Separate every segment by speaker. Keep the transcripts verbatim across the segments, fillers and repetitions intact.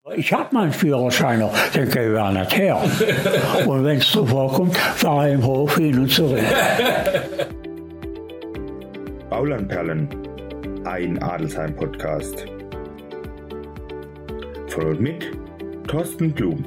Speaker 1: Ich habe meinen Führerschein noch, den gebe ich auch nicht her. Und wenn es so vorkommt, fahre ich im Hof hin und zurück.
Speaker 2: Baulandperlen, ein Adelsheim-Podcast. Von und mit Thorsten Blum.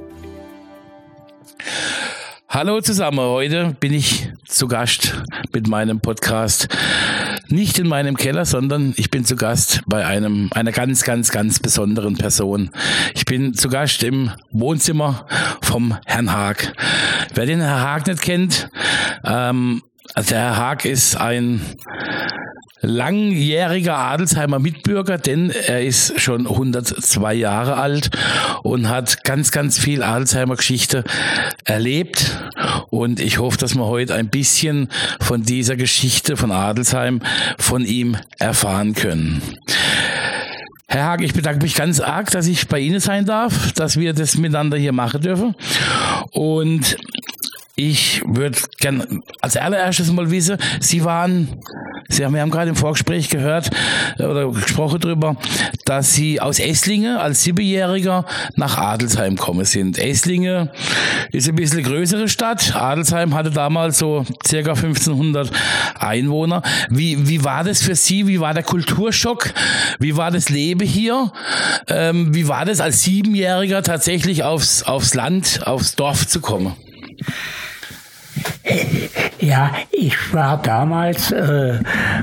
Speaker 3: Hallo zusammen, heute bin ich zu Gast mit meinem Podcast. Nicht in meinem Keller, sondern ich bin zu Gast bei einem einer ganz, ganz, ganz besonderen Person. Ich bin zu Gast im Wohnzimmer vom Herrn Haag. Wer den Herrn Haag nicht kennt, ähm, also der Herr Haag ist ein langjähriger Adelsheimer Mitbürger, denn er ist schon hundertzwei Jahre alt und hat ganz, ganz viel Adelsheimer Geschichte erlebt. Und ich hoffe, dass wir heute ein bisschen von dieser Geschichte von Adelsheim von ihm erfahren können. Herr Haag, ich bedanke mich ganz arg, dass ich bei Ihnen sein darf, dass wir das miteinander hier machen dürfen. Und ich würde gerne als allererstes mal wissen, Sie waren, Sie haben, wir haben gerade im Vorgespräch gehört oder gesprochen darüber, dass Sie aus Esslingen als Siebenjähriger nach Adelsheim gekommen sind. Esslingen ist ein bisschen größere Stadt. Adelsheim hatte damals so circa fünfzehnhundert Einwohner. Wie, wie war das für Sie? Wie war der Kulturschock? Wie war das Leben hier? Ähm, wie war das als Siebenjähriger tatsächlich aufs, aufs Land, aufs Dorf zu kommen?
Speaker 1: Ja, ich war damals äh,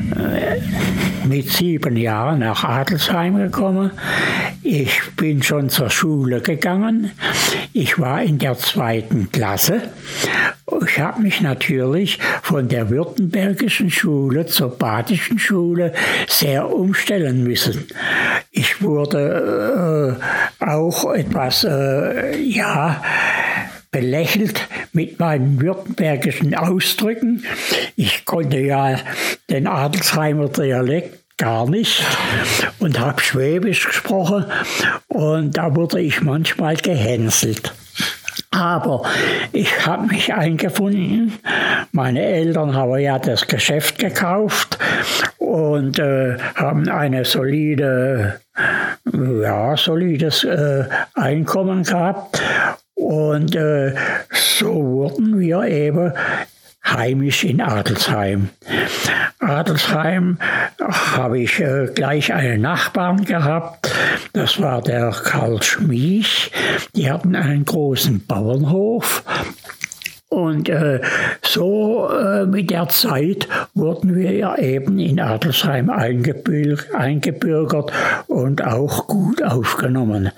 Speaker 1: mit sieben Jahren nach Adelsheim gekommen. Ich bin schon zur Schule gegangen. Ich war in der zweiten Klasse. Ich habe mich natürlich von der württembergischen Schule zur badischen Schule sehr umstellen müssen. Ich wurde äh, auch etwas, äh, ja, belächelt mit meinen württembergischen Ausdrücken. Ich konnte ja den Adelsheimer Dialekt gar nicht und habe Schwäbisch gesprochen und da wurde ich manchmal gehänselt. Aber ich habe mich eingefunden. Meine Eltern haben ja das Geschäft gekauft und äh, haben eine solide, ja, solides äh, Einkommen gehabt. Und äh, so wurden wir eben heimisch in Adelsheim. Adelsheim habe ich äh, gleich einen Nachbarn gehabt, das war der Karl Schmiech. Die hatten einen großen Bauernhof. Und äh, so äh, mit der Zeit wurden wir ja eben in Adelsheim eingebürgert, eingebürgert und auch gut aufgenommen.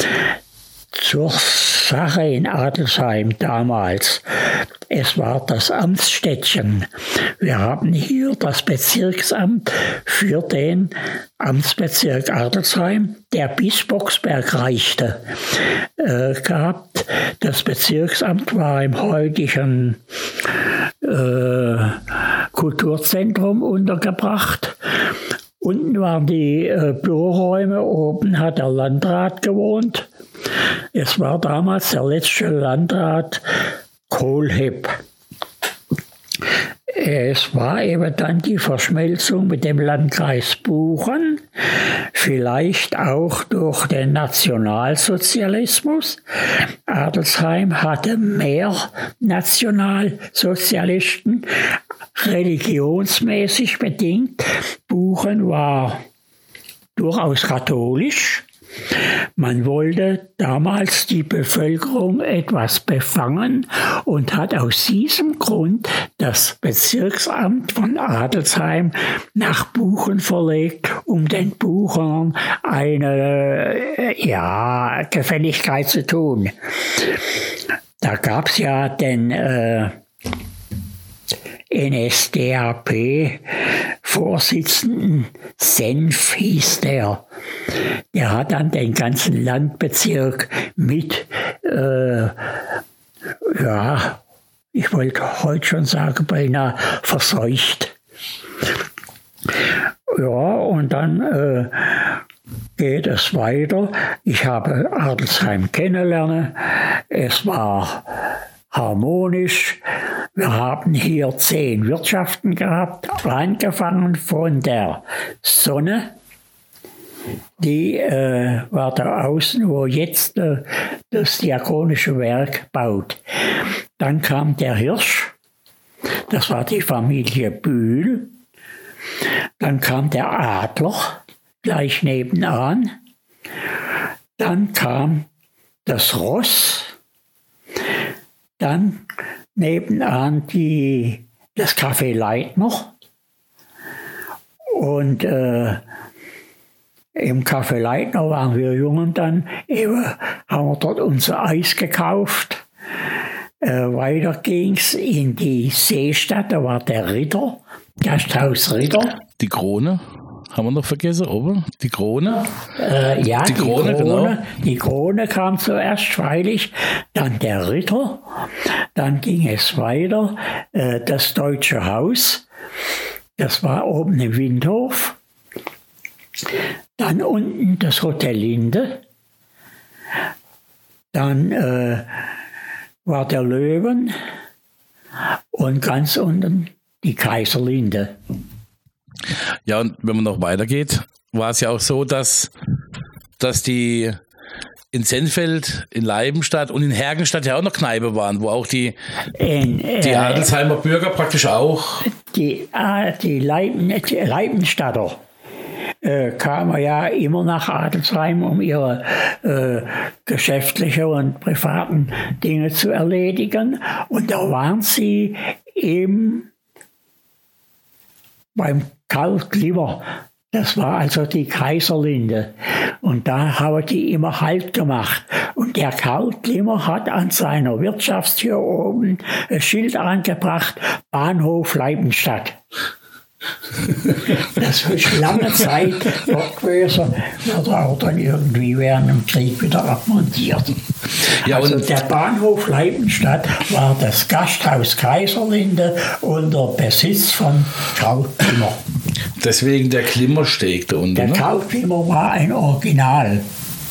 Speaker 1: Zur Sache in Adelsheim damals. Es war das Amtsstädtchen. Wir haben hier das Bezirksamt für den Amtsbezirk Adelsheim, der bis Boxberg reichte, äh, gehabt. Das Bezirksamt war im heutigen äh, Kulturzentrum untergebracht. Unten waren die äh, Büroräume, oben hat der Landrat gewohnt. Es war damals der letzte Landrat Kohlhepp. Es war eben dann die Verschmelzung mit dem Landkreis Buchen, vielleicht auch durch den Nationalsozialismus. Adelsheim hatte mehr Nationalsozialisten, religionsmäßig bedingt. Buchen war durchaus katholisch. Man wollte damals die Bevölkerung etwas befangen und hat aus diesem Grund das Bezirksamt von Adelsheim nach Buchen verlegt, um den Buchern eine ja, Gefälligkeit zu tun. Da gab es ja den äh, N S D A P-Vorsitzenden, Senf hieß der. Der hat dann den ganzen Landbezirk mit, äh, ja, ich wollte heute schon sagen, beinahe verseucht. Ja, und dann äh, geht es weiter. Ich habe Adelsheim kennengelernt. Es war harmonisch. Wir haben hier zehn Wirtschaften gehabt, angefangen von der Sonne Die äh, war da außen, wo jetzt äh, das Diakonische Werk baut. Dann kam der Hirsch, das war die Familie Bühl. Dann kam der Adler, gleich nebenan. Dann kam das Ross. Dann nebenan die, das Café Leitner. Und äh, im Café Leitner waren wir Jungen dann, eben haben wir dort unser Eis gekauft. Äh, weiter ging es in die Seestadt, da war der Ritter, Gasthaus Ritter.
Speaker 3: Die Krone, haben wir noch vergessen, oder? Die Krone?
Speaker 1: Äh, ja,
Speaker 3: die,
Speaker 1: die
Speaker 3: Krone,
Speaker 1: Krone,
Speaker 3: genau.
Speaker 1: Die Krone kam zuerst, freilich, dann der Ritter, dann ging es weiter, äh, das Deutsche Haus, das war oben im Windhof. Dann unten das Hotel Linde. Dann äh, war der Löwen und ganz unten die Kaiserlinde.
Speaker 3: Ja, und wenn man noch weitergeht, war es ja auch so, dass, dass die in Sennfeld, in Leibenstadt und in Hergenstadt ja auch noch Kneipe waren, wo auch die,
Speaker 1: in, äh,
Speaker 3: die Adelsheimer Bürger praktisch auch.
Speaker 1: Die, äh, die, Leiben, die Leibenstadter äh, kamen ja immer nach Adelsheim, um ihre äh, geschäftlichen und privaten Dinge zu erledigen. Und da waren sie eben beim Karl Glimmer. Das war also die Kaiserlinde. Und da haben die immer Halt gemacht. Und der Karl Glimmer hat an seiner Wirtschaftstür oben ein Schild angebracht, Bahnhof Leibenstadt. Das ist lange Zeit dort gewesen, wird auch dann irgendwie während dem Krieg wieder abmontiert. Ja, also der Bahnhof Leibenstadt war das Gasthaus Kaiserlinde unter Besitz von Karl Glimmer.
Speaker 3: Deswegen der Klimmersteg da unten.
Speaker 1: Der
Speaker 3: ne?
Speaker 1: Karl Glimmer war ein Original.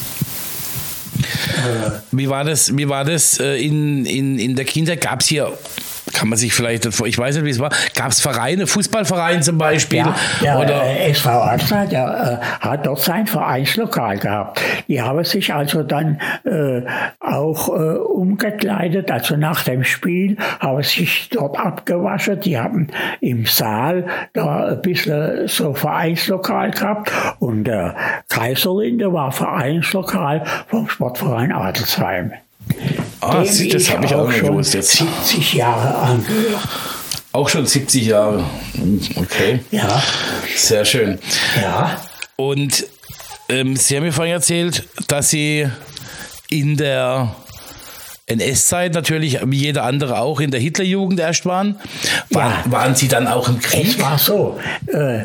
Speaker 3: Wie war das, wie war das in, in, in der Kindheit? Gab es hier, kann man sich vielleicht, ich weiß nicht, wie es war, gab es Vereine, Fußballvereine zum Beispiel?
Speaker 1: Ja, der
Speaker 3: oder?
Speaker 1: äh, S V Adler, der äh, hat dort sein Vereinslokal gehabt. Die haben sich also dann äh, auch äh, umgekleidet, also nach dem Spiel haben sich dort abgewaschen. Die haben im Saal da ein bisschen so Vereinslokal gehabt und der Kaiserlinde war Vereinslokal vom Sportverein Adelsheim.
Speaker 3: Ah, das habe ich auch nicht gewusst jetzt.
Speaker 1: siebzig Jahre angehört.
Speaker 3: Auch schon siebzig Jahre. Okay.
Speaker 1: Ja.
Speaker 3: Sehr schön.
Speaker 1: Ja.
Speaker 3: Und ähm, Sie haben mir vorhin erzählt, dass Sie in der N S-Zeit natürlich, wie jeder andere auch, in der Hitlerjugend erst waren. War, ja. Waren Sie dann auch im Krieg?
Speaker 1: Es war so. Äh,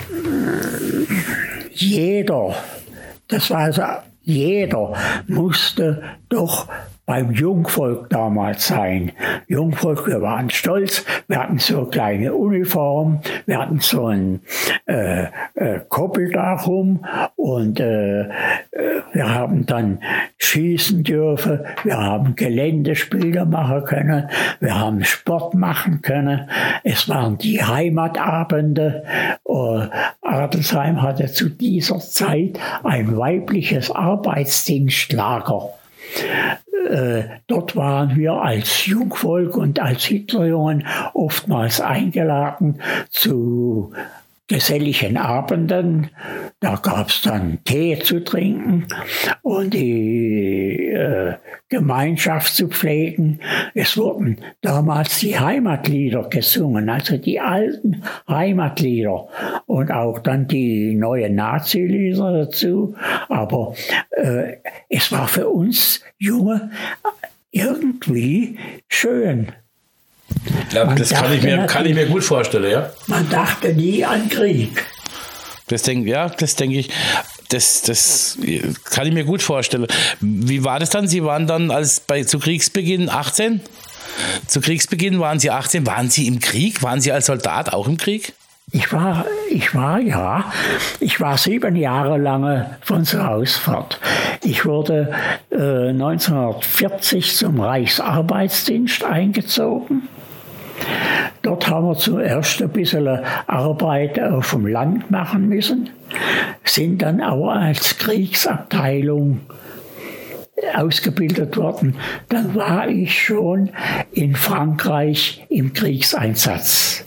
Speaker 1: jeder, das war also jeder, musste doch beim Jungvolk damals sein. Jungvolk, wir waren stolz, wir hatten so eine kleine Uniform, wir hatten so ein äh, äh, Koppeldach rum und äh, wir haben dann schießen dürfen, wir haben Geländespiele machen können, wir haben Sport machen können. Es waren die Heimatabende. Uh, Adelsheim hatte zu dieser Zeit ein weibliches Arbeitsdienstlager. Äh, dort waren wir als Jungvolk und als Hitlerjungen oftmals eingeladen zu geselligen Abenden. Da gab es dann Tee zu trinken und die äh, Gemeinschaft zu pflegen. Es wurden damals die Heimatlieder gesungen, also die alten Heimatlieder und auch dann die neuen Nazi-Lieder dazu. Aber äh, es war für uns Junge irgendwie schön.
Speaker 3: Ja, das kann ich, mir, kann ich mir gut vorstellen, ja.
Speaker 1: Man dachte nie an Krieg.
Speaker 3: Das denk, ja, das denke ich, das, das kann ich mir gut vorstellen. Wie war das dann? Sie waren dann als bei, zu Kriegsbeginn achtzehn? Zu Kriegsbeginn waren Sie achtzehn. Waren Sie im Krieg? Waren Sie als Soldat auch im Krieg?
Speaker 1: Ich war, ich war, ja, ich war sieben Jahre lang von zu Hause fort. Ich wurde äh, neunzehnhundertvierzig zum Reichsarbeitsdienst eingezogen. Da dort haben wir zuerst ein bisschen Arbeit auf dem Land machen müssen, sind dann aber als Kriegsabteilung ausgebildet worden. Dann war ich schon in Frankreich im Kriegseinsatz.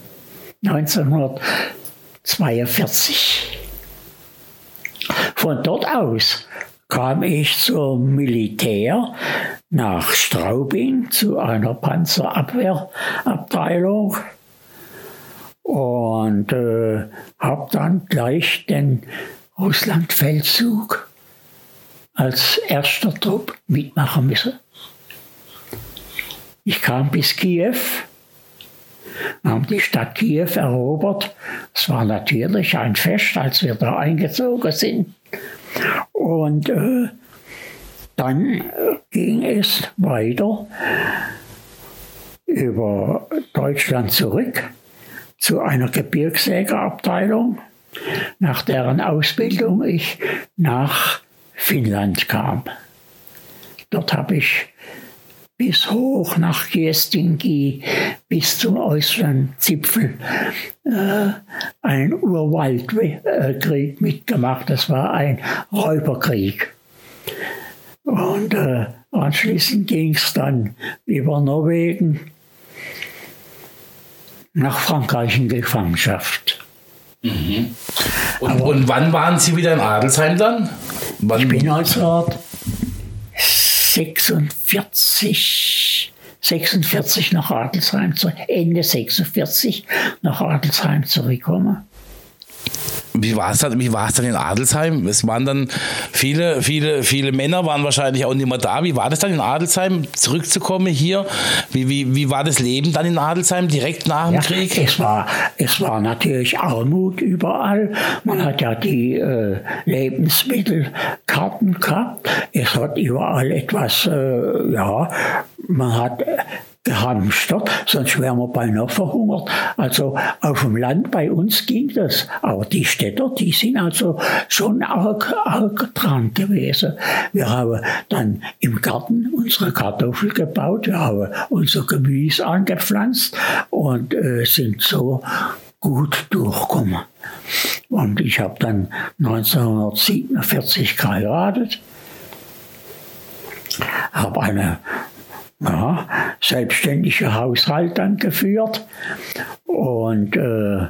Speaker 1: neunzehnhundertzweiundvierzig. Von dort aus kam ich zum Militär nach Straubing zu einer Panzerabwehrabteilung und äh, habe dann gleich den Russlandfeldzug als erster Trupp mitmachen müssen. Ich kam bis Kiew, haben die Stadt Kiew erobert. Es war natürlich ein Fest, als wir da eingezogen sind. Und äh, dann äh, ging es weiter über Deutschland zurück zu einer Gebirgsjägerabteilung, nach deren Ausbildung ich nach Finnland kam. Dort habe ich bis hoch nach Giestinki, bis zum äußeren Zipfel, äh, einen Urwaldkrieg mitgemacht. Das war ein Räuberkrieg. Und äh, anschließend ging es dann über Norwegen nach Frankreich in Gefangenschaft.
Speaker 3: Mhm. Und, und wann waren Sie wieder in Adelsheim dann? Wann?
Speaker 1: Ich bin neunzehnhundertsechsundvierzig, sechsundvierzig nach Adelsheim, Ende sechsundvierzig nach Adelsheim zurückgekommen.
Speaker 3: Wie war es dann, wie war es dann in Adelsheim? Es waren dann viele, viele, viele Männer waren wahrscheinlich auch nicht mehr da. Wie war das dann in Adelsheim, zurückzukommen hier? Wie, wie, wie war das Leben dann in Adelsheim direkt nach dem
Speaker 1: ja,
Speaker 3: Krieg?
Speaker 1: Es war, es war natürlich Armut überall. Man hat ja die äh, Lebensmittelkarten gehabt. Es hat überall etwas, äh, ja, man hat äh, gehamstert, sonst wären wir beinahe verhungert. Also auf dem Land bei uns ging das. Aber die Städter, die sind also schon arg, arg dran gewesen. Wir haben dann im Garten unsere Kartoffeln gebaut, wir haben unser Gemüse angepflanzt und äh, sind so gut durchgekommen. Und ich habe dann neunzehnhundertsiebenundvierzig geheiratet, habe eine ja, selbstständige Haushalt dann geführt und äh,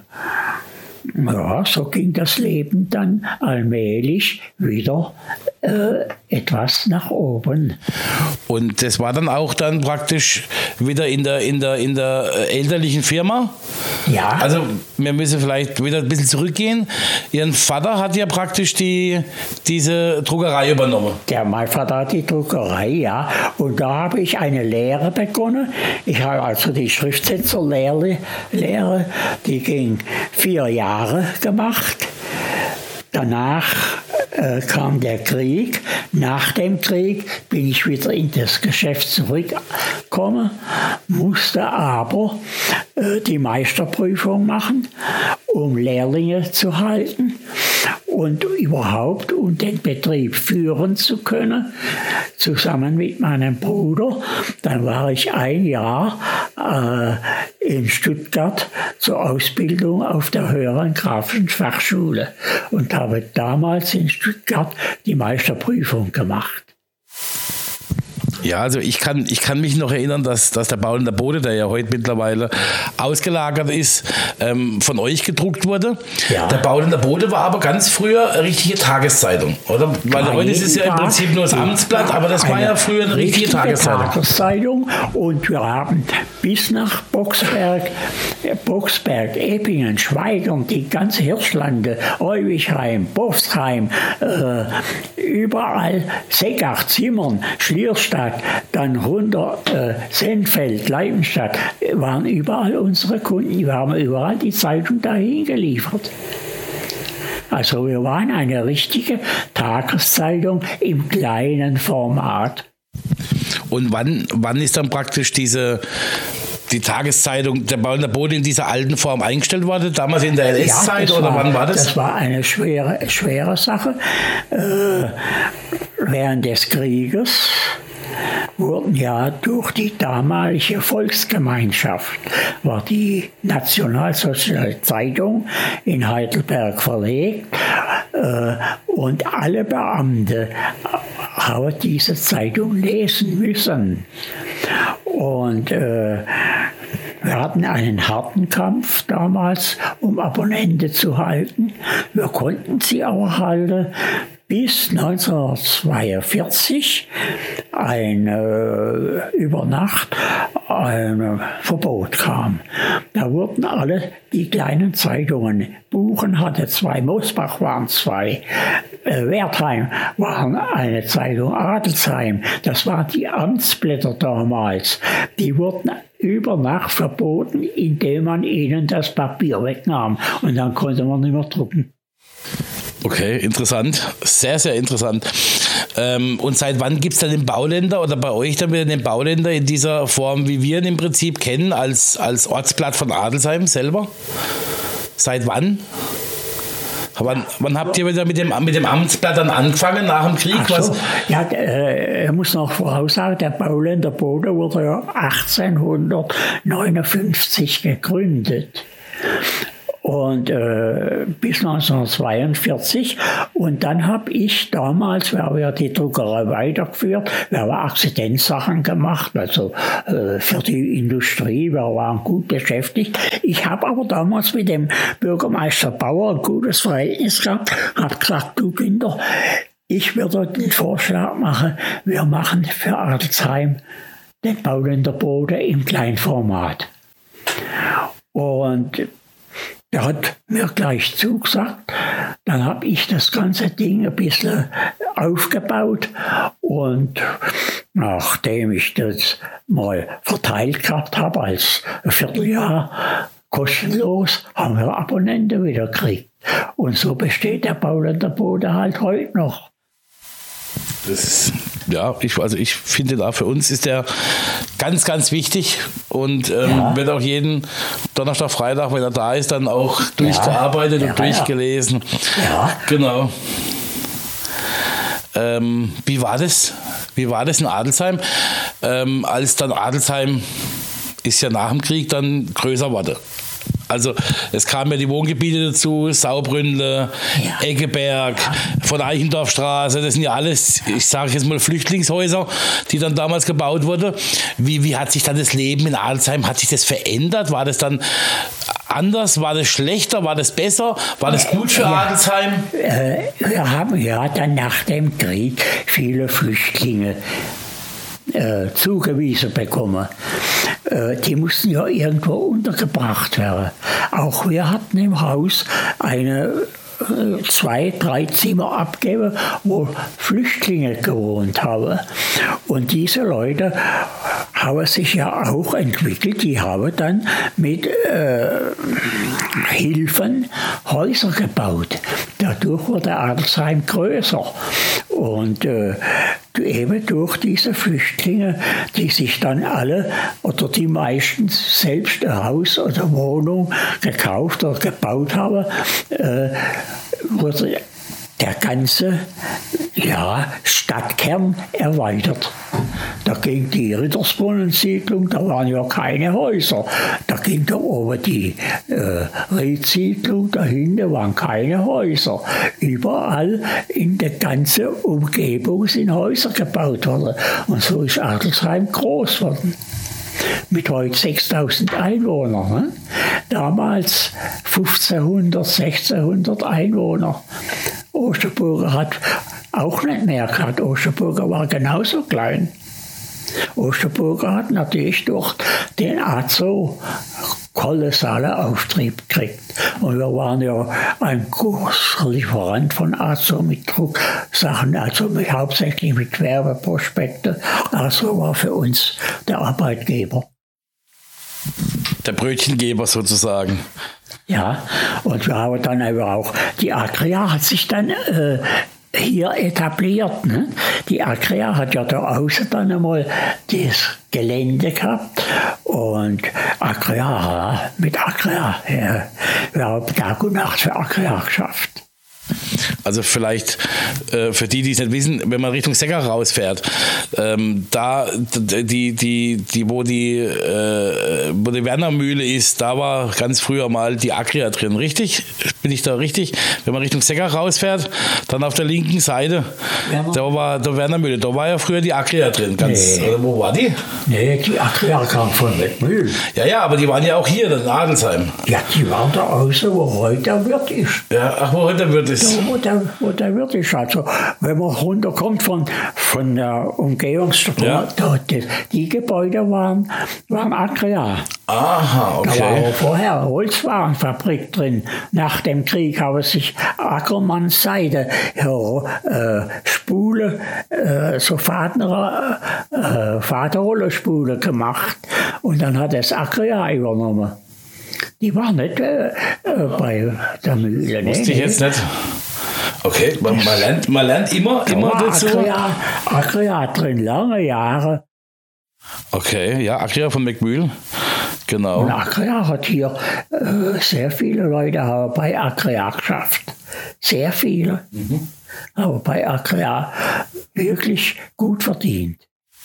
Speaker 1: ja, so ging das Leben dann allmählich wieder äh, etwas nach oben.
Speaker 3: Und das war dann auch dann praktisch wieder in der, in der, in der elterlichen Firma?
Speaker 1: Ja.
Speaker 3: Also wir müssen vielleicht wieder ein bisschen zurückgehen. Ihren Vater hat ja praktisch die, diese Druckerei übernommen.
Speaker 1: Der, mein Vater hat die Druckerei, ja. Und da habe ich eine Lehre begonnen. Ich habe also die Schriftsetzerlehre, Lehre, die ging vier Jahre gemacht. Danach äh, kam der Krieg. Nach dem Krieg bin ich wieder in das Geschäft zurückgekommen, musste aber äh, die Meisterprüfung machen, um Lehrlinge zu halten und überhaupt um den Betrieb führen zu können, zusammen mit meinem Bruder. Dann war ich ein Jahr äh, in Stuttgart zur Ausbildung auf der höheren Grafischen Fachschule und habe damals in Stuttgart die Meisterprüfung gemacht.
Speaker 3: Ja, also ich kann, ich kann mich noch erinnern, dass, dass der Baulen der Bode, der ja heute mittlerweile ausgelagert ist, ähm, von euch gedruckt wurde. Ja. Der Baulen der Bode war aber ganz früher eine richtige Tageszeitung, oder? Weil heute ist es ja im Prinzip nur das Amtsblatt, aber das war ja früher eine richtige Tageszeitung.
Speaker 1: Tageszeitung. Und wir haben bis nach Boxberg, Boxberg, Eppingen, Schweigern, die ganze Hirschlande, Euwichheim, Bofsheim, äh, überall, Seckach, Zimmern, Schlierstadt, dann runter äh, Sennfeld, Leibenstadt, waren überall unsere Kunden. Wir haben überall die Zeitung dahin geliefert. Also wir waren eine richtige Tageszeitung im kleinen Format.
Speaker 3: Und wann, wann ist dann praktisch diese die Tageszeitung der Baulen der Bode in dieser alten Form eingestellt worden? Damals in der L S-Zeit ja, oder war, wann war das?
Speaker 1: Das war eine schwere, schwere Sache. Äh, während des Krieges wurden ja durch die damalige Volksgemeinschaft, war die Nationalsozialistische Zeitung in Heidelberg verlegt, äh, und alle Beamte haben diese Zeitung lesen müssen. Und äh, wir hatten einen harten Kampf damals, um Abonnenten zu halten. Wir konnten sie auch halten, bis neunzehnhundertzweiundvierzig ein, äh, über Nacht ein Verbot kam. Da wurden alle die kleinen Zeitungen, Buchen hatte zwei, Mosbach waren zwei, äh, Wertheim waren eine Zeitung, Adelsheim, das waren die Amtsblätter damals, die wurden über Nacht verboten, indem man ihnen das Papier wegnahm. Und dann konnte man nicht mehr drucken.
Speaker 3: Okay, interessant. Sehr, sehr interessant. Ähm, und seit wann gibt es dann den Bauländer oder bei euch dann wieder den Bauländer in dieser Form, wie wir ihn im Prinzip kennen, als, als Ortsblatt von Adelsheim selber? Seit wann? Wann, wann habt ihr wieder mit dem, mit dem Amtsblatt dann angefangen nach dem Krieg?
Speaker 1: Ach so, was? Ja, äh, ich muss noch voraussagen, der Bauländer Bote wurde ja achtzehnhundertneunundfünfzig gegründet. Und äh, bis neunzehnhundertzweiundvierzig. Und dann habe ich damals, wir haben ja die Druckerei weitergeführt, wir haben Akzidenzsachen gemacht, also äh, für die Industrie, wir waren gut beschäftigt. Ich habe aber damals mit dem Bürgermeister Bauer ein gutes Verhältnis gehabt, habe gesagt, du Günther, ich würde den Vorschlag machen, wir machen für Adelsheim den Bauländer Bote im Kleinformat. Und er hat mir gleich zugesagt, dann habe ich das ganze Ding ein bisschen aufgebaut und nachdem ich das mal verteilt gehabt habe als ein Vierteljahr kostenlos, haben wir Abonnenten wieder gekriegt. Und so besteht der Bauländer Bote halt heute noch.
Speaker 3: Das ist, ja, ich, also ich finde da für uns ist der ganz, ganz wichtig und ähm, ja. wird auch jeden Donnerstag, Freitag, wenn er da ist, dann auch durchgearbeitet ja. und ja, durchgelesen. Ja. Genau. Ähm, wie war das? Wie war das in Adelsheim? Ähm, als dann Adelsheim ist ja nach dem Krieg dann größer wurde. Also es kamen ja die Wohngebiete dazu, Saubrünnle, ja. Eggeberg, ja. von Eichendorfstraße, das sind ja alles, ich sage jetzt mal Flüchtlingshäuser, die dann damals gebaut wurden. Wie, wie hat sich dann das Leben in Adelsheim, hat sich das verändert? War das dann anders? War das schlechter? War das besser? War das gut für ja. Adelsheim?
Speaker 1: Äh, wir haben ja dann nach dem Krieg viele Flüchtlinge Äh, zugewiesen bekommen. Äh, die mussten ja irgendwo untergebracht werden. Auch wir hatten im Haus eine äh, zwei, drei Zimmer abgegeben, wo Flüchtlinge gewohnt haben. Und diese Leute haben sich ja auch entwickelt. Die haben dann mit äh, Hilfen Häuser gebaut. Dadurch wurde Adelsheim größer. Und äh, eben durch diese Flüchtlinge, die sich dann alle oder die meisten selbst ein Haus oder Wohnung gekauft oder gebaut haben, äh, wurde der ganze ja, Stadtkern erweitert. Da ging die Rittersbrunnen-Siedlung, da waren ja keine Häuser. Da ging da oben die äh, Riedsiedlung, dahinter waren keine Häuser. Überall in der ganzen Umgebung sind Häuser gebaut worden. Und so ist Adelsheim groß geworden. Mit heute sechstausend Einwohnern. Ne? Damals fünfzehnhundert, sechzehnhundert Einwohner. Osterburger hat auch nicht mehr gehabt. Osterburger war genauso klein. Osterburger hat natürlich durch den Azo kolossalen Auftrieb gekriegt. Und wir waren ja ein großer Lieferant von Azo mit Drucksachen, also mit, hauptsächlich mit Werbeprospekten. Azo war für uns der Arbeitgeber.
Speaker 3: Der Brötchengeber sozusagen.
Speaker 1: Ja, und wir haben dann aber auch, die Agria hat sich dann äh, hier etabliert. Ne? Die Agria hat ja da außen dann einmal das Gelände gehabt und Agria, mit Agria, ja, wir haben Tag und Nacht für Agria geschafft.
Speaker 3: Also vielleicht äh, für die, die es nicht wissen, wenn man Richtung Secker rausfährt, ähm, da die, die, die, wo die, äh, wo die Wernermühle ist, da war ganz früher mal die Agria drin, richtig? Bin ich da richtig? Wenn man Richtung Secker rausfährt, dann auf der linken Seite, Werner? Da war der Wernermühle, da war ja früher die Agria drin. Ganz, nee. Oder wo war die?
Speaker 1: Nee, die Agria kam von Meckmühl.
Speaker 3: Ja, ja, aber die waren ja auch hier, in Adelsheim.
Speaker 1: Ja, die waren da außen, wo heute der Wirt ist.
Speaker 3: Ja, ach, wo heute der Wirt ist.
Speaker 1: Da, wo der, wo der Wirt ist. Also, wenn man runterkommt von, von der Umgehungsstraße, ja. da, die, die Gebäude waren, waren Agria.
Speaker 3: Aha, okay.
Speaker 1: Da war auch vorher eine Holzwarenfabrik drin. Nach dem Krieg haben sich Ackermanns Seite ja, äh, Spule, äh, so Vater, äh, Vaterrolle-Spule gemacht. Und dann hat das Agria übernommen. Die war nicht äh, bei der Mühle.
Speaker 3: Ne? Wusste ich jetzt nicht. Okay, man, man, lernt, man lernt immer, immer dazu.
Speaker 1: Agria, Agria drin, lange Jahre.
Speaker 3: Okay, ja, Agria von Meckmühl. Genau.
Speaker 1: Und Agria hat hier äh, sehr viele Leute haben bei Agria geschafft. Sehr viele. Mhm. Aber bei Agria wirklich gut verdient.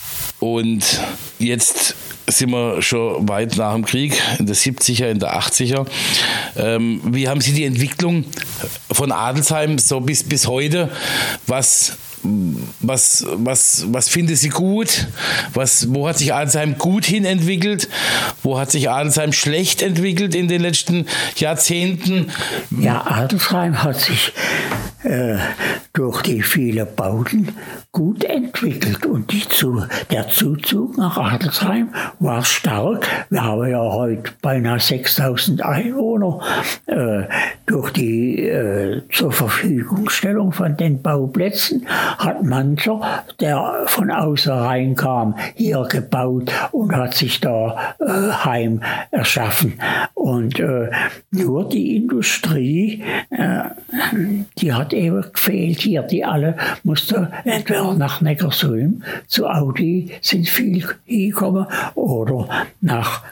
Speaker 3: Und jetzt sind wir schon weit nach dem Krieg, in der siebziger, in der achtziger. Ähm, wie haben Sie die Entwicklung von Adelsheim so bis, bis heute? Was, was, was, was finden Sie gut? Was, wo hat sich Adelsheim gut hin entwickelt? Wo hat sich Adelsheim schlecht entwickelt in den letzten Jahrzehnten?
Speaker 1: Ja, Adelsheim hat sich äh, durch die vielen Bauten gut entwickelt und die zu, der Zuzug nach Adelsheim war stark. Wir haben ja heute beinahe sechstausend Einwohner. Äh, durch die äh, zur Verfügungstellung von den Bauplätzen hat mancher, der von außen reinkam, hier gebaut und hat sich da äh, Heim erschaffen. Und äh, nur die Industrie, äh, die hat eben gefehlt hier. Die alle mussten entweder nach Neckarsulm zu Audi sind viel hingekommen oder nach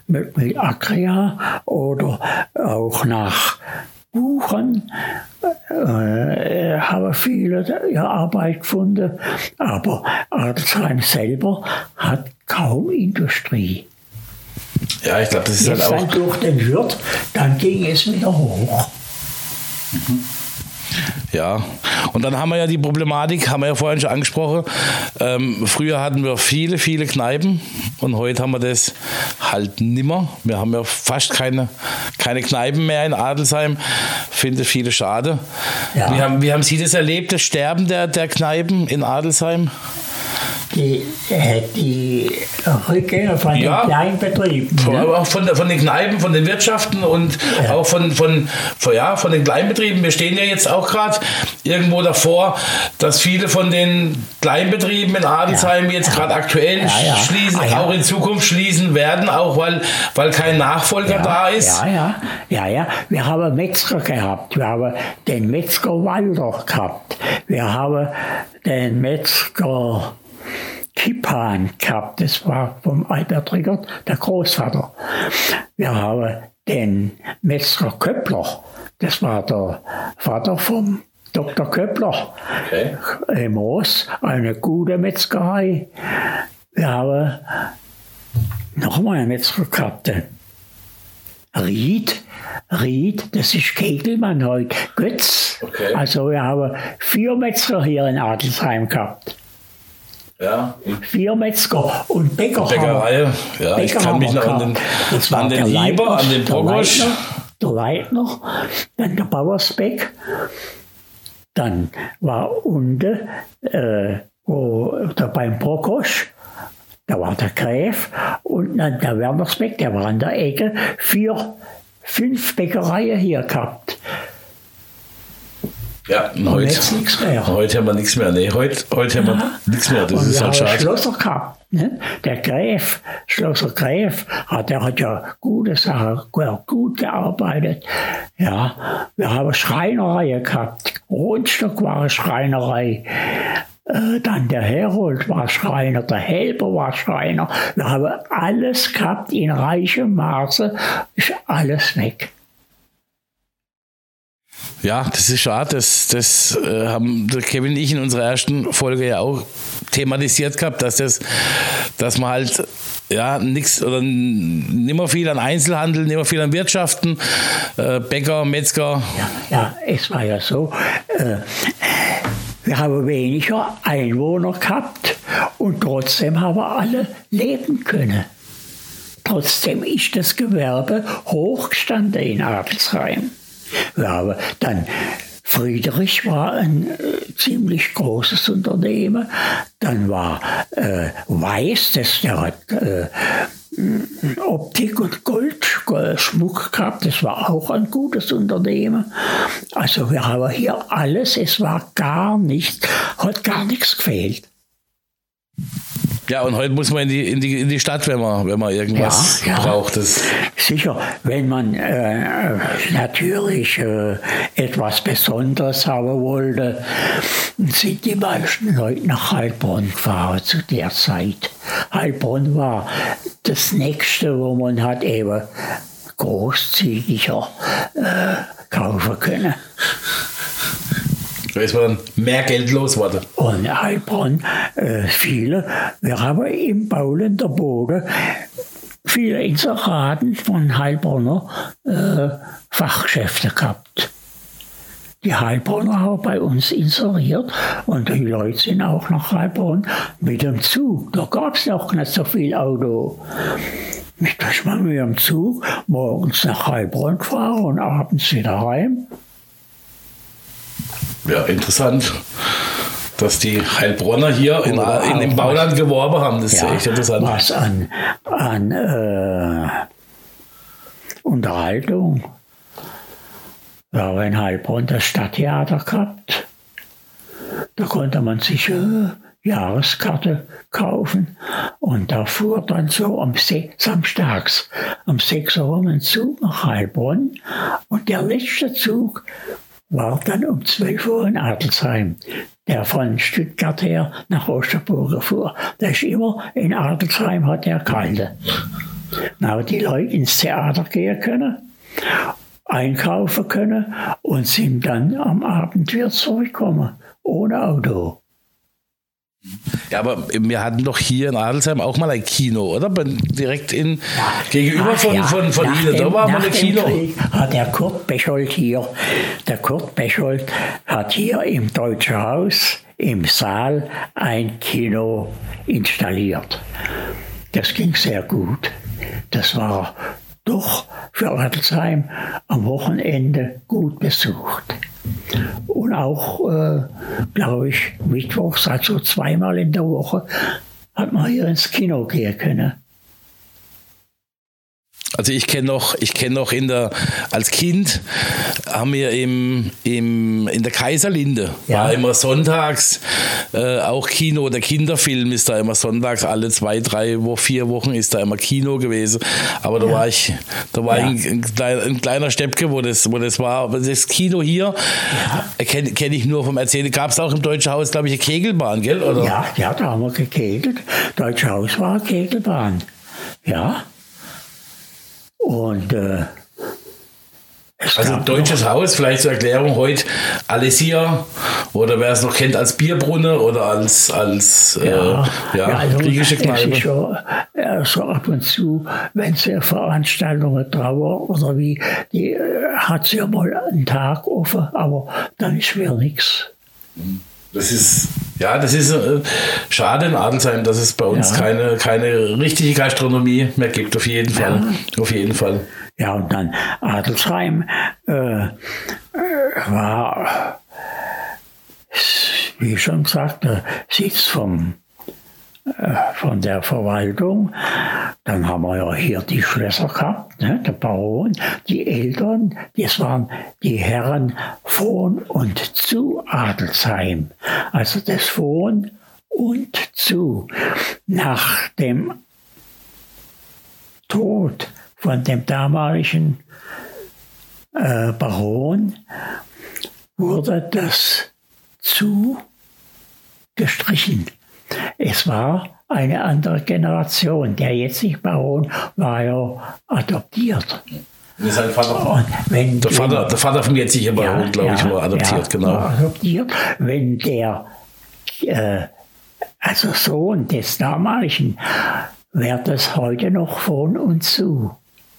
Speaker 1: Agria oder auch nach Buchen. Äh, haben viele ja, Arbeit gefunden, aber Adelsheim selber hat kaum Industrie.
Speaker 3: Ja, ich glaube, das ist
Speaker 1: Jetzt
Speaker 3: halt auch...
Speaker 1: dann durch den Wirt, dann ging es wieder hoch.
Speaker 3: Mhm. Ja, und dann haben wir ja die Problematik, haben wir ja vorhin schon angesprochen. Ähm, früher hatten wir viele, viele Kneipen und heute haben wir das halt nimmer. Wir haben ja fast keine, keine Kneipen mehr in Adelsheim. Finde viele schade. Ja. Wie, haben, wie haben Sie das erlebt, das Sterben der, der Kneipen in Adelsheim?
Speaker 1: Die, äh, die Rückkehr von ja, den Kleinbetrieben.
Speaker 3: Von,
Speaker 1: ne?
Speaker 3: Auch von, von den Kneipen, von den Wirtschaften und ja. auch von, von, von, ja, von den Kleinbetrieben. Wir stehen ja jetzt auch gerade irgendwo davor, dass viele von den Kleinbetrieben in Adelsheim ja. jetzt gerade aktuell ja, ja. schließen, ah, ja. auch in Zukunft schließen werden, auch weil, weil kein Nachfolger
Speaker 1: ja,
Speaker 3: da ist.
Speaker 1: Ja, ja, ja, ja. Wir haben Metzger gehabt. Wir haben den Metzger Walder gehabt. Wir haben den Metzger Kippan gehabt, das war vom Albert Rickert, der Großvater. Wir haben den Metzger Köppler, das war der Vater vom Doktor Köppler. Okay. Im Moos, eine gute Metzgerei. Wir haben nochmal einen Metzger gehabt, den Ried. Ried, das ist Kegelmann heute, Götz. Okay. Also wir haben vier Metzger hier in Adelsheim gehabt.
Speaker 3: Ja.
Speaker 1: Vier Metzger und Bäcker.
Speaker 3: Bäckerei, ja, Bäcker ich kann mich noch an den,
Speaker 1: das
Speaker 3: an den Lieber,
Speaker 1: Leitner,
Speaker 3: an den Progosch.
Speaker 1: Der Leitner, dann der Bauersbeck. Dann war unten, äh, wo, der beim Progosch, da war der Gräf. Und dann der Wernersbeck, der war an der Ecke. Vier, fünf Bäckereien hier gehabt.
Speaker 3: Ja, und heute,
Speaker 1: jetzt nichts mehr.
Speaker 3: Heute haben wir nichts mehr. Nee, heute, heute ja. haben wir nichts mehr. Das
Speaker 1: und
Speaker 3: ist
Speaker 1: wir
Speaker 3: halt
Speaker 1: haben
Speaker 3: schade.
Speaker 1: Schlosser gehabt. Ne? Der Gräf, Schlosser Gräf, hat, der hat ja gute Sachen, gut gearbeitet. Ja, wir haben Schreinerei gehabt. Rundstock war eine Schreinerei. Äh, dann der Herold war Schreiner, der Helber war Schreiner. Wir haben alles gehabt in reichem Maße. Ist alles weg.
Speaker 3: Ja, das ist schade. Das, das äh, haben der Kevin und ich in unserer ersten Folge ja auch thematisiert gehabt, dass das, dass man halt ja nichts oder nimmer viel an Einzelhandel, nimmer viel an Wirtschaften, äh, Bäcker, Metzger.
Speaker 1: Ja, ja, es war ja so, äh, wir haben weniger Einwohner gehabt und trotzdem haben wir alle leben können. Trotzdem ist das Gewerbe hochgestanden in Adelsheim. Wir haben dann Friedrich war ein äh, ziemlich großes Unternehmen. Dann war äh, Weiß, das, der hat äh, Optik und Goldschmuck gehabt. Das war auch ein gutes Unternehmen. Also wir haben hier alles. Es war gar nicht, hat gar nichts gefehlt.
Speaker 3: Ja, und heute muss man in die, in die, in die Stadt, wenn man, wenn man irgendwas ja, ja. braucht. Das
Speaker 1: Sicher, wenn man äh, natürlich äh, etwas Besonderes haben wollte, sind die meisten Leute nach Heilbronn gefahren zu der Zeit. Heilbronn war das Nächste, wo man hat eben großzügiger äh, kaufen können.
Speaker 3: Da ist man dann mehr Geld los, warte.
Speaker 1: Und Heilbronn, äh, viele, wir haben im Bauländer Boden viele Inseraten von Heilbronner äh, Fachgeschäfte gehabt. Die Heilbronner haben bei uns inseriert und die Leute sind auch nach Heilbronn mit dem Zug. Da gab es noch nicht so viel Auto. Da ist man mit dem Zug morgens nach Heilbronn gefahren und abends wieder heim.
Speaker 3: Ja, interessant, dass die Heilbronner hier in, in dem Bauland geworben haben. Das ist ja echt interessant.
Speaker 1: Was an, an äh, Unterhaltung. Wir haben in Heilbronn das Stadttheater gehabt. Da konnte man sich äh, Jahreskarte kaufen. Und da fuhr dann so am Se- samstags um sechs Uhr ein Zug nach Heilbronn. Und der letzte Zug war dann um zwölf Uhr in Adelsheim, der von Stuttgart her nach Osterburger fuhr. Der ist immer in Adelsheim, hat er gehalten. Dann haben die Leute ins Theater gehen können, einkaufen können und sind dann am Abend wieder zurückgekommen, ohne Auto.
Speaker 3: Ja, aber wir hatten doch hier in Adelsheim auch mal ein Kino, oder? Direkt in, gegenüber Ach, von, ja, von, von Ihnen, da war mal ein Kino. Krieg
Speaker 1: hat der Kurt Bechold hier, der Kurt Bechold hat hier im Deutschen Haus im Saal ein Kino installiert. Das ging sehr gut. Das war doch für Adelsheim am Wochenende gut besucht. Und auch, äh, glaube ich, mittwochs, also zweimal in der Woche, hat man hier ins Kino gehen können.
Speaker 3: Also ich kenne noch, ich kenne noch in der, als Kind haben wir im, im, in der Kaiserlinde, ja. war immer sonntags äh, auch Kino, der Kinderfilm ist da immer sonntags, alle zwei, drei, wo, vier Wochen ist da immer Kino gewesen. Aber da ja. war ich, da war ja. ich ein, ein, ein kleiner Steppke, wo das, wo das war. Aber das Kino hier ja. kenne kenn ich nur vom Erzählen. Gab es auch im Deutschen Haus, glaube ich, eine Kegelbahn, gell? Oder?
Speaker 1: Ja, ja, da haben wir gekegelt. Deutsche Haus war eine Kegelbahn. Ja. Und äh,
Speaker 3: also Deutsches noch, Haus, vielleicht zur Erklärung, heute Alessia oder wer es noch kennt als Bierbrunnen oder als, als
Speaker 1: ja,
Speaker 3: äh, ja,
Speaker 1: ja, also
Speaker 3: griechische Kneipe.
Speaker 1: Es ist schon, ja, so ab und zu, wenn sie Veranstaltungen Trauer oder wie, die äh, hat sie ja mal einen Tag offen, aber dann ist wieder nichts.
Speaker 3: Das ist, ja, das ist äh, schade in Adelsheim, dass es bei uns ja. keine, keine richtige Gastronomie mehr gibt, auf jeden Fall. Ja. Auf jeden Fall.
Speaker 1: Ja, und dann Adelsheim äh, war, wie schon gesagt, der Sitz vom, äh, von der Verwaltung. Dann haben wir ja hier die Schlösser gehabt, ne, der Baron, die Eltern, das waren die Herren von und zu Adelsheim. Also das von und zu. Nach dem Tod von dem damaligen äh, Baron wurde das zu gestrichen. Es war eine andere Generation. Der jetzige Baron war ja adoptiert.
Speaker 3: Das ist ein Vater.
Speaker 1: Und wenn
Speaker 3: der, Vater, der Vater von mir hat sich aber, ja, glaube ich, ja, war adoptiert, ja, genau. War adoptiert.
Speaker 1: Wenn der äh, also Sohn des damaligen, wäre das heute noch von und zu.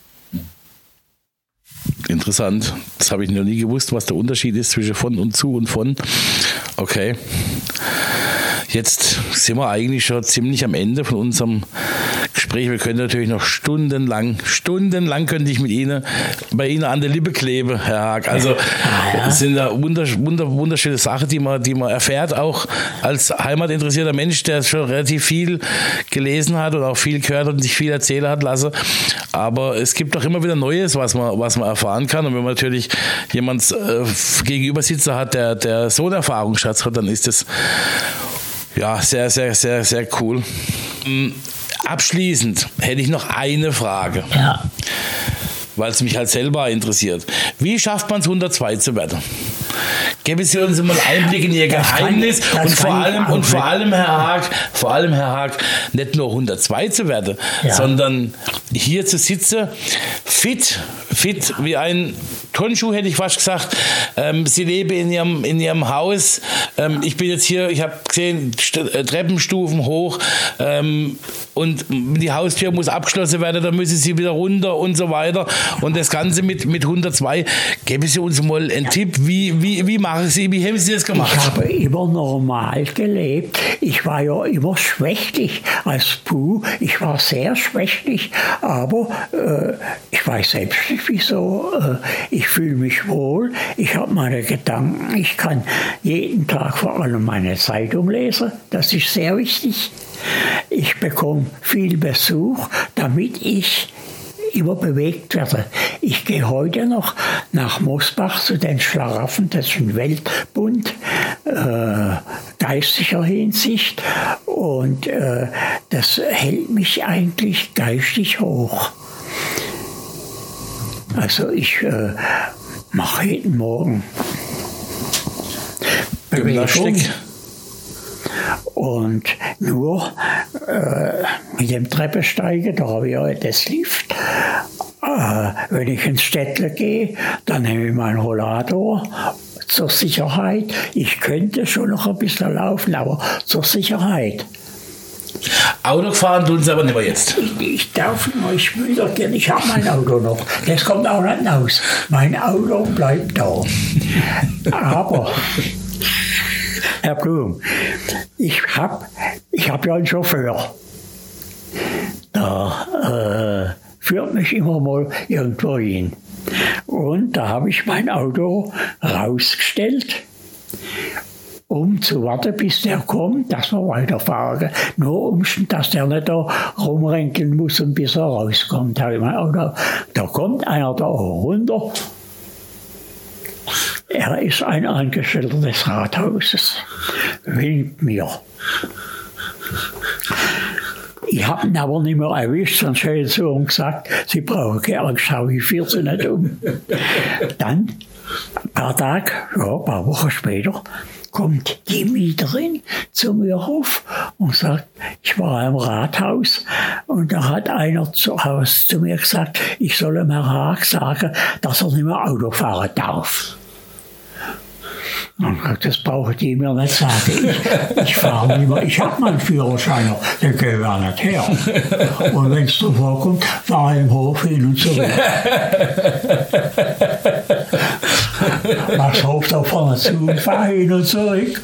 Speaker 3: Interessant. Das habe ich noch nie gewusst, was der Unterschied ist zwischen von und zu und von. Okay. Jetzt sind wir eigentlich schon ziemlich am Ende von unserem Gespräch. Wir können natürlich noch stundenlang, stundenlang könnte ich mit Ihnen, bei Ihnen an der Lippe kleben, Herr Haag. Also es sind da wundersch- wunder- wunderschöne Sachen, die man, die man erfährt, auch als heimatinteressierter Mensch, der schon relativ viel gelesen hat und auch viel gehört hat und sich viel erzählen hat lassen. Aber es gibt auch immer wieder Neues, was man, was man erfahren kann. Und wenn man natürlich jemand äh, gegenüber sitzen hat, der, der so einen Erfahrungsschatz hat, dann ist das ja sehr, sehr, sehr, sehr cool. Abschließend hätte ich noch eine Frage,
Speaker 1: ja.
Speaker 3: weil es mich halt selber interessiert. Wie schafft man es, hundertzwei zu werden? Geben Sie uns mal Einblick in Ihr das Geheimnis kann, und, vor allem, und vor allem, Herr Haag, vor allem, Herr Haag, nicht nur hundertzwei zu werden, ja. sondern hier zu sitzen, fit, fit wie ein Turnschuh, hätte ich fast gesagt. Ähm, Sie leben in Ihrem, in Ihrem Haus. Ähm, ich bin jetzt hier, ich habe gesehen, St- Treppenstufen hoch ähm, und die Haustür muss abgeschlossen werden, da müssen Sie wieder runter und so weiter. Und das Ganze mit, mit hundertzwei. Geben Sie uns mal einen Tipp, wie, wie, wie machen Sie, wie haben Sie das gemacht?
Speaker 1: Ich habe immer normal gelebt. Ich war ja immer schwächlich als Puh. Ich war sehr schwächlich, aber äh, ich weiß selbst nicht wieso. Äh, ich fühle mich wohl, ich habe meine Gedanken, ich kann jeden Tag vor allem meine Zeitung lesen, das ist sehr wichtig. Ich bekomme viel Besuch, damit ich immer bewegt werde. Ich gehe heute noch nach Mosbach zu den Schlaraffen, das ist ein Weltbund, äh, geistiger Hinsicht, und äh, das hält mich eigentlich geistig hoch. Also ich äh, mache jeden Morgen Bewegung und nur äh, mit dem Treppensteigen, da habe ich ja das Lift. Äh, wenn ich ins Städtle gehe, dann nehme ich meinen Rollator zur Sicherheit. Ich könnte schon noch ein bisschen laufen, aber zur Sicherheit.
Speaker 3: Auto fahren tun Sie aber nicht mehr jetzt.
Speaker 1: Ich, ich darf nur, ich will doch gerne, ich habe mein Auto noch. Das kommt auch nicht raus. Mein Auto bleibt da. Aber, Herr Blum, ich habe ich hab ja einen Chauffeur. Da äh, führt mich immer mal irgendwo hin. Und da habe ich mein Auto rausgestellt, um zu warten, bis der kommt, dass wir weiterfahren. Nur um, dass der nicht da rumrenkeln muss und bis er rauskommt. Da, da, da kommt einer da runter. Er ist ein Angestellter des Rathauses. Winkt mir. Ich habe ihn aber nicht mehr erwischt, sonst hätte ich zu ihm gesagt, Sie brauchen keine Angst haben, ich führe Sie nicht um. Dann, ein paar Tage, ja, ein paar Wochen später, kommt die Mieterin zu mir rauf und sagt, ich war im Rathaus und da hat einer zu Hause zu mir gesagt, ich soll dem Herrn Haag sagen, dass er nicht mehr Auto fahren darf. Das brauche ich mir nicht sagen. Ich, ich fahre nicht mehr. Ich habe meinen Führerschein noch, den gebe ich auch nicht her. Und wenn es so vorkommt, fahre ich im Hof hin und zurück. Mach's Hof da vorne zu und fahre hin und zurück.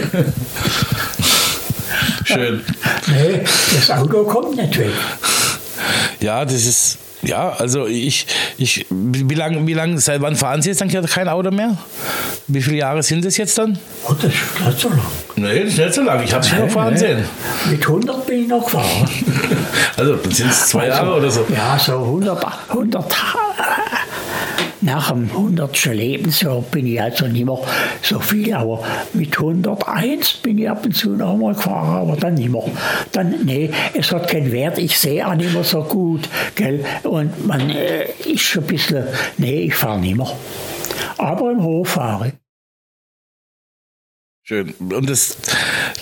Speaker 3: Schön.
Speaker 1: Nee, das Auto kommt nicht weg.
Speaker 3: Ja, das ist... Ja, also ich, ich wie lange, wie lang, seit wann fahren Sie jetzt dann kein Auto mehr? Wie viele Jahre sind das jetzt dann?
Speaker 1: Oh, das ist nicht so lang.
Speaker 3: Nee, das ist nicht so lang. Ich habe Sie noch fahren sehen.
Speaker 1: Mit hundert bin ich noch gefahren.
Speaker 3: Also, dann sind es zwei
Speaker 1: also,
Speaker 3: Jahre oder so?
Speaker 1: Ja, so hundert, hundert nach dem hundertsten Lebensjahr bin ich also nicht mehr so viel, aber mit hunderteins bin ich ab und zu noch mal gefahren, aber dann nicht mehr. Dann, nee, es hat keinen Wert, ich sehe auch nicht mehr so gut, gell? Und man äh, ist schon ein bisschen, nee, ich fahre nicht mehr. Aber im Hof fahre ich.
Speaker 3: Schön. Und das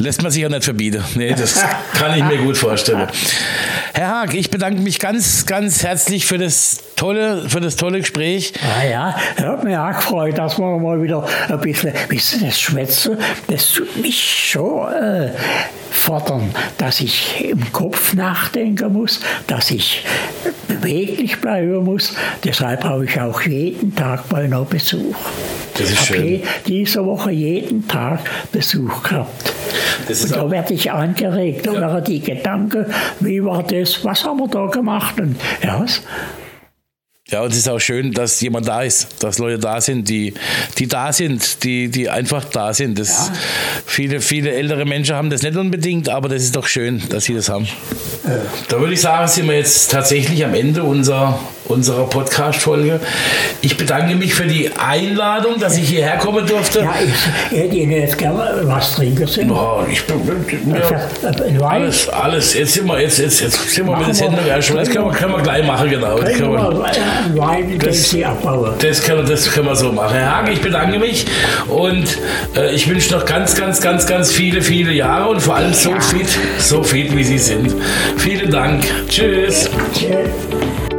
Speaker 3: lässt man sich auch nicht verbieten. Nee, das kann ich mir gut vorstellen. Herr Haag, ich bedanke mich ganz, ganz herzlich für das tolle, für das tolle Gespräch.
Speaker 1: Ah ja, hat mich auch gefreut, dass wir mal wieder ein bisschen, wisst ihr, das Schwätzen, das tut mich schon äh, fordern, dass ich im Kopf nachdenken muss, dass ich beweglich bleiben muss. Deshalb habe ich auch jeden Tag mal noch Besuch.
Speaker 3: Das ist
Speaker 1: ich habe
Speaker 3: schön.
Speaker 1: diese Woche jeden Tag Besuch gehabt.
Speaker 3: Das ist
Speaker 1: und da werde ich angeregt, da
Speaker 3: ja.
Speaker 1: werden die Gedanken, wie war das, was haben wir da gemacht? Und, ja,
Speaker 3: Ja, und es ist auch schön, dass jemand da ist, dass Leute da sind, die, die da sind, die, die einfach da sind. Das, ja. viele, viele ältere Menschen haben das nicht unbedingt, aber das ist doch schön, dass sie das haben. Ja. Da würde ich sagen, sind wir jetzt tatsächlich am Ende unserer, unserer Podcast-Folge. Ich bedanke mich für die Einladung, dass ich hierher kommen durfte.
Speaker 1: Ja, ich hätte Ihnen jetzt gerne was trinken sollen.
Speaker 3: Ja, ich bin, ja, alles, alles. Jetzt sind wir, jetzt, jetzt, jetzt sind wir mit der Sendung erst. Das können wir, können wir gleich machen, genau. Das können wir,
Speaker 1: Wein, das, Sie abbauen.
Speaker 3: Das können, das können wir so machen. Herr Haag, ich bedanke mich und äh, ich wünsche noch ganz, ganz, ganz, ganz viele, viele Jahre und vor allem so fit, so fit, wie Sie sind. Vielen Dank. Tschüss.
Speaker 1: Tschüss.